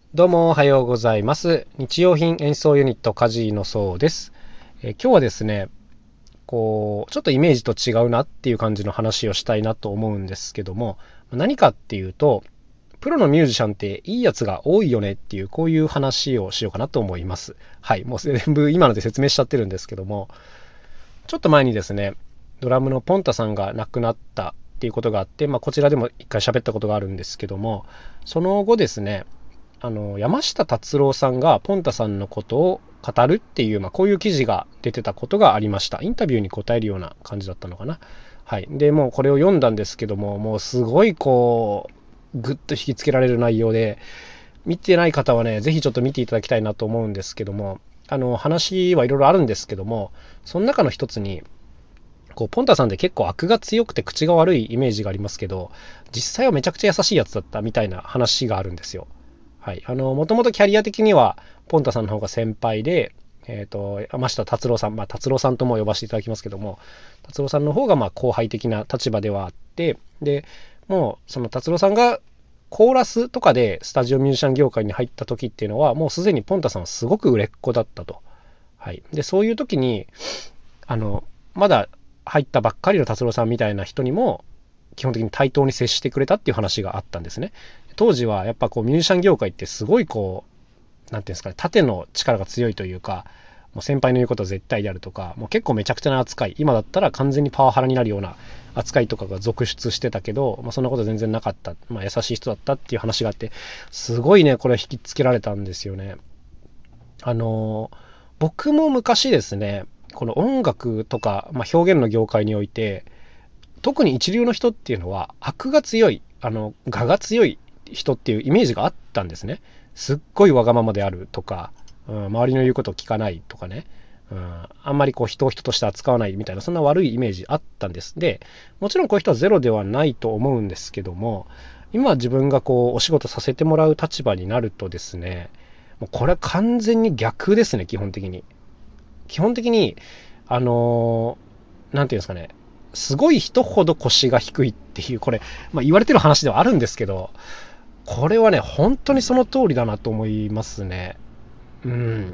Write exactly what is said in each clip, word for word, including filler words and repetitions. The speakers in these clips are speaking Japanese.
どうもおはようございます。日用品演奏ユニットカジーのそうです。えー今日はですね、こうちょっとイメージと違うなっていう感じの話をしたいなと思うんですけども、何かっていうと、プロのミュージシャンっていいやつが多いよねっていう、こういう話をしようかなと思います。はい、もう全部今ので説明しちゃってるんですけども、ちょっと前にですね、ドラムのポンタさんが亡くなったっていうことがあって、まあ、こちらでも一回喋ったことがあるんですけども、その後ですね、あの山下達郎さんがポンタさんのことを語るっていう、まあ、こういう記事が出てたことがありました。インタビューに答えるような感じだったのかな。はい。で、もうこれを読んだんですけども、もうすごいこう、ぐっと引きつけられる内容で、見てない方はね、ぜひちょっと見ていただきたいなと思うんですけども、あの、話はいろいろあるんですけども、その中の一つに、こうポンタさんって結構悪が強くて口が悪いイメージがありますけど、実際はめちゃくちゃ優しいやつだったみたいな話があるんですよ。はい。あの、もともとキャリア的には、ポンタさんの方が先輩で、えっ、と、山下達郎さん、まあ、達郎さんとも呼ばせていただきますけども、達郎さんの方が、まあ、後輩的な立場ではあって、で、もう、その達郎さんが、コーラスとかでスタジオミュージシャン業界に入った時っていうのは、もうすでにポンタさんはすごく売れっ子だったと。はい。で、そういう時に、あの、まだ入ったばっかりの達郎さんみたいな人にも、基本的に対等に接してくれたっていう話があったんですね。当時はやっぱこうミュージシャン業界ってすごいこう、なんていうんですかね、縦の力が強いというか、もう先輩の言うことは絶対であるとか、もう結構めちゃくちゃな扱い、今だったら完全にパワハラになるような扱いとかが続出してたけど、まあ、そんなこと全然なかった、まあ、優しい人だったっていう話があって、すごいね、これ引きつけられたんですよね。あのー僕も昔ですね、この音楽とか、まあ、表現の業界において、特に一流の人っていうのは悪が強い、あの我が強い人っていうイメージがあったんですね。すっごいわがままであるとか、うん、周りの言うことを聞かないとかね、うん、あんまりこう人を人として扱わないみたいな、そんな悪いイメージあったんです。で、もちろんこういう人はゼロではないと思うんですけども、今自分がこうお仕事させてもらう立場になるとですね、もうこれは完全に逆ですね。基本的に基本的にあのーなんていうんですかね、すごい人ほど腰が低いっていう、これ、まあ、言われてる話ではあるんですけど、これはね、本当にその通りだなと思いますね。うん。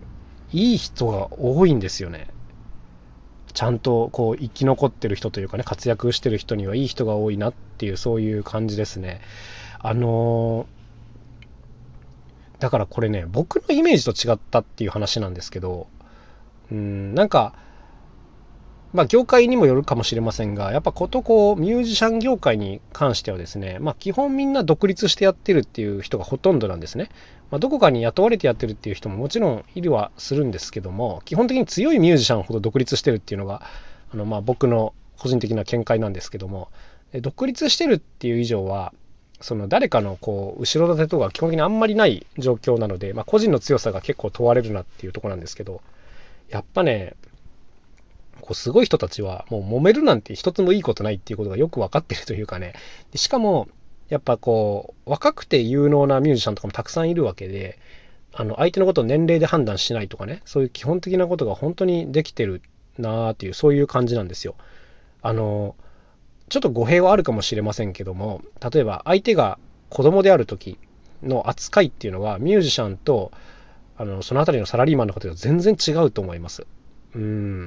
いい人が多いんですよね。ちゃんとこう生き残ってる人というかね、活躍してる人にはいい人が多いなっていう、そういう感じですね。あのーだからこれね、僕のイメージと違ったっていう話なんですけど、うん、なんか、まあ、業界にもよるかもしれませんが、やっぱことこう、ミュージシャン業界に関してはですね、まあ、基本みんな独立してやってるっていう人がほとんどなんですね。まあ、どこかに雇われてやってるっていう人ももちろんいるはするんですけども、基本的に強いミュージシャンほど独立してるっていうのが、あのまあ僕の個人的な見解なんですけども、独立してるっていう以上は、その誰かのこう後ろ盾とか基本的にあんまりない状況なので、まあ、個人の強さが結構問われるなっていうところなんですけど、やっぱね、こうすごい人たちはもう揉めるなんて一つもいいことないっていうことがよく分かってるというかね。でしかも、やっぱこう、若くて有能なミュージシャンとかもたくさんいるわけで、あの、相手のことを年齢で判断しないとかね、そういう基本的なことが本当にできてるなーっていう、そういう感じなんですよ。あの、ちょっと語弊はあるかもしれませんけども、例えば相手が子供である時の扱いっていうのは、ミュージシャンと、あの、そのあたりのサラリーマンの方と全然違うと思います。うん。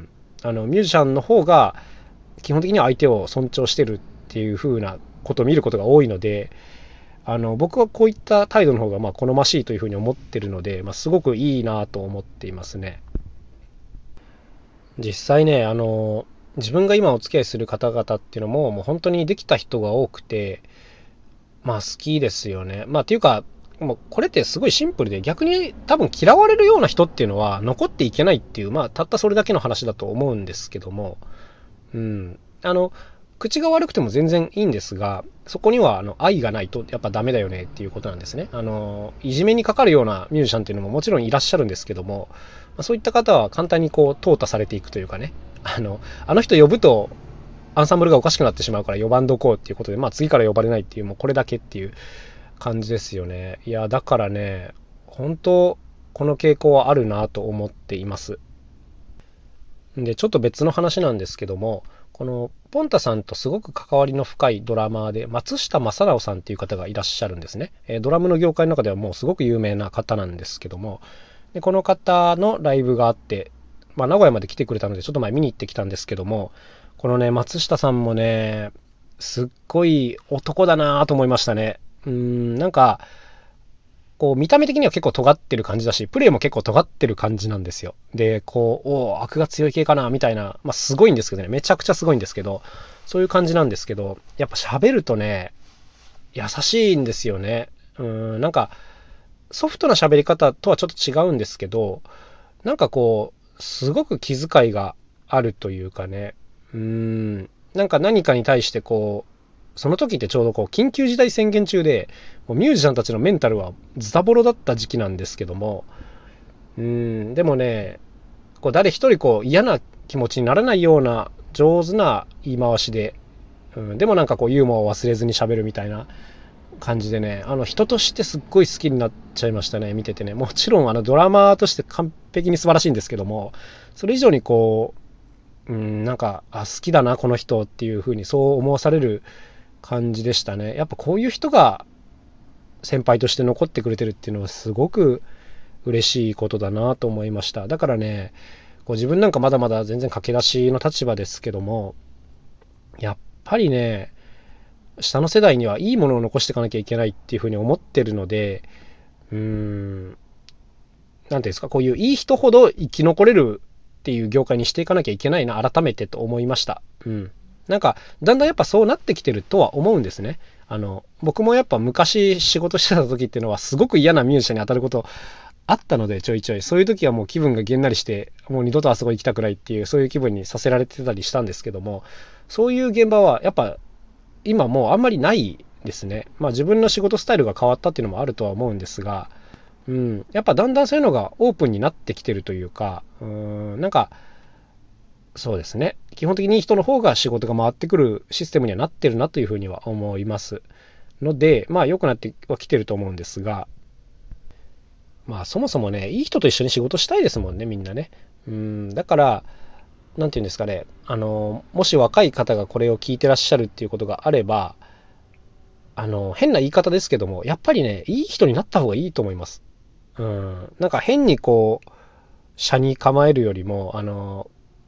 あの、ミュージシャンの方が、基本的には相手を尊重してるっていう風なことを見ることが多いので、あの、僕はこういった態度の方が、まあ、好ましいというふうに思ってるので、まあ、すごくいいなと思っていますね。実際ね、あの、自分が今お付き合いする方々っていうのも、もう本当にできた人が多くて、まあ好きですよね。まあっていうか、もうこれってすごいシンプルで、逆に多分嫌われるような人っていうのは残っていけないっていう、まあたったそれだけの話だと思うんですけども、うん。あの、口が悪くても全然いいんですが、そこにはあの愛がないとやっぱダメだよねっていうことなんですね。あの、いじめにかかるようなミュージシャンっていうのももちろんいらっしゃるんですけども、そういった方は簡単にこう淘汰されていくというかね、あの、あの人呼ぶとアンサンブルがおかしくなってしまうから呼ばんどこうっていうことで、まあ次から呼ばれないっていう、もうこれだけっていう感じですよね。いや、だからね、本当、この傾向はあるなと思っています。で、ちょっと別の話なんですけども、 このポンタさんとすごく関わりの深いドラマーで松下正直さんっていう方がいらっしゃるんですね。えードラムの業界の中ではもうすごく有名な方なんですけども、でこの方のライブがあって、まあ、名古屋まで来てくれたのでちょっと前見に行ってきたんですけども、このね松下さんもねすっごい男だなと思いましたね。うーんなんかこう見た目的には結構尖ってる感じだし、プレイも結構尖ってる感じなんですよ。で、こう、お悪が強い系かなみたいな、まあすごいんですけどね、めちゃくちゃすごいんですけど、そういう感じなんですけど、やっぱ喋るとね、優しいんですよね。うーん、なんか、ソフトな喋り方とはちょっと違うんですけど、なんかこう、すごく気遣いがあるというかね、うーん、なんか何かに対してこう、その時ってちょうどこう緊急事態宣言中で、もうミュージシャンたちのメンタルはズタボロだった時期なんですけども、うーん、でもね、こう誰一人こう嫌な気持ちにならないような上手な言い回しで、うん、でもなんかこうユーモアを忘れずに喋るみたいな感じでね、あの人としてすっごい好きになっちゃいましたね、見ててね。もちろんあのドラマーとして完璧に素晴らしいんですけども、それ以上にこう、うん、なんか、あ、好きだな、この人っていう風にそう思わされる感じでしたね。やっぱこういう人が先輩として残ってくれてるっていうのはすごく嬉しいことだなと思いました。だからね、こう自分なんかまだまだ全然駆け出しの立場ですけども、やっぱりね、下の世代にはいいものを残していかなきゃいけないっていうふうに思ってるので、うーん、なんていうんですか、こういういい人ほど生き残れるっていう業界にしていかなきゃいけないな、改めてと思いました。うん。なんか、だんだんやっぱそうなってきてるとは思うんですね。あの、僕もやっぱ昔仕事してた時っていうのはすごく嫌なミュージシャンに当たることあったので、ちょいちょい。そういう時はもう気分がげんなりして、もう二度とあそこ行きたくないっていう、そういう気分にさせられてたりしたんですけども、そういう現場はやっぱ今もうあんまりないですね。まあ自分の仕事スタイルが変わったっていうのもあるとは思うんですが、うん、やっぱだんだんそういうのがオープンになってきてるというか、うん、なんか、そうですね。基本的に人の方が仕事が回ってくるシステムにはなってるなというふうには思いますので、まあ良くなってはきてると思うんですが、まあそもそもね、いい人と一緒に仕事したいですもんね、みんなね。うん、だから、なんていうんですかね、あの、もし若い方がこれを聞いてらっしゃるっていうことがあれば、あの、変な言い方ですけども、やっぱりね、いい人になった方がいいと思います。うん。なんか変にこう、車に構えるよりも、あの、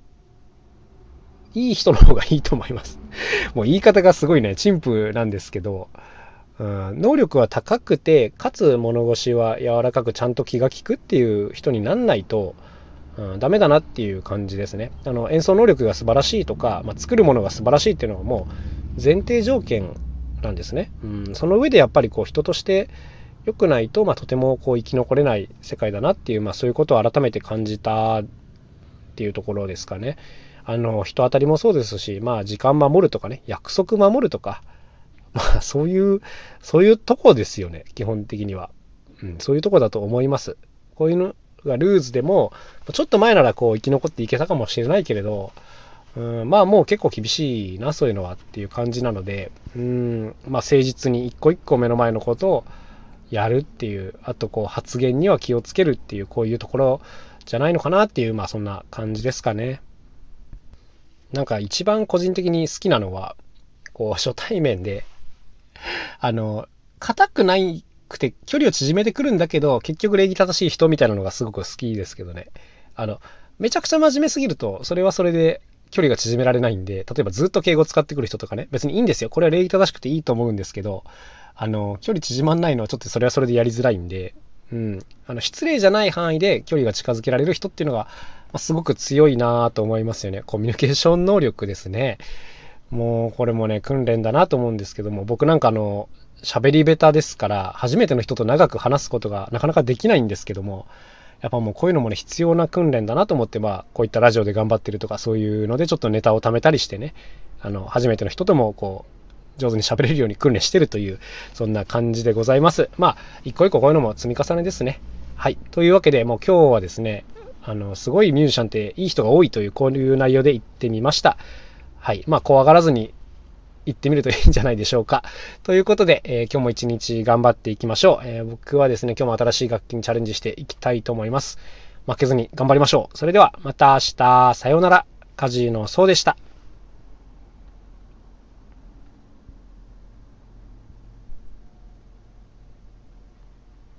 いい人の方がいいと思います。もう言い方がすごいね、陳腐なんですけど、うん、能力は高くて、かつ物腰は柔らかくちゃんと気が利くっていう人になんないと、うん、ダメだなっていう感じですね。あの演奏能力が素晴らしいとか、まあ、作るものが素晴らしいっていうのはもう前提条件なんですね。うん、その上でやっぱりこう人として良くないと、まあ、とてもこう生き残れない世界だなっていう、まあ、そういうことを改めて感じたっていうところですかね。あの人当たりもそうですし、まあ、時間守るとかね、約束守るとか、まあ、そういうそういうとこですよね、基本的には。うん、そういうとこだと思います。こういうのがルーズでも、ちょっと前ならこう生き残っていけたかもしれないけれど、うん、まあもう結構厳しいな、そういうのはっていう感じなので、うん、まあ誠実に一個一個目の前のことをやるっていう、あとこう発言には気をつけるっていう、こういうところじゃないのかなっていう、まあそんな感じですかね。なんか一番個人的に好きなのは、こう初対面で、あの、硬くないくて距離を縮めてくるんだけど、結局礼儀正しい人みたいなのがすごく好きですけどね。あの、めちゃくちゃ真面目すぎると、それはそれで距離が縮められないんで、例えばずっと敬語使ってくる人とかね、別にいいんですよ。これは礼儀正しくていいと思うんですけど、あの、距離縮まんないのはちょっとそれはそれでやりづらいんで、うん。あの、失礼じゃない範囲で距離が近づけられる人っていうのが、まあ、すごく強いなと思いますよね。コミュニケーション能力ですね。もうこれもね、訓練だなと思うんですけども、僕なんかあの、喋り下手ですから、初めての人と長く話すことがなかなかできないんですけども、やっぱもうこういうのもね、必要な訓練だなと思って、まあ、こういったラジオで頑張ってるとか、そういうのでちょっとネタを貯めたりしてね、あの、初めての人ともこう、上手に喋れるように訓練してるという、そんな感じでございます。まあ、一個一個こういうのも積み重ねですね。はい。というわけで、もう今日はですね、あの、すごいミュージシャンっていい人が多いという、こういう内容で言ってみました。はい。まあ、怖がらずに行ってみるといいんじゃないでしょうか。ということで、えー今日も一日頑張っていきましょう。えー僕はですね、今日も新しい楽器にチャレンジしていきたいと思います。負けずに頑張りましょう。それではまた明日、さようなら。カジノそうでした。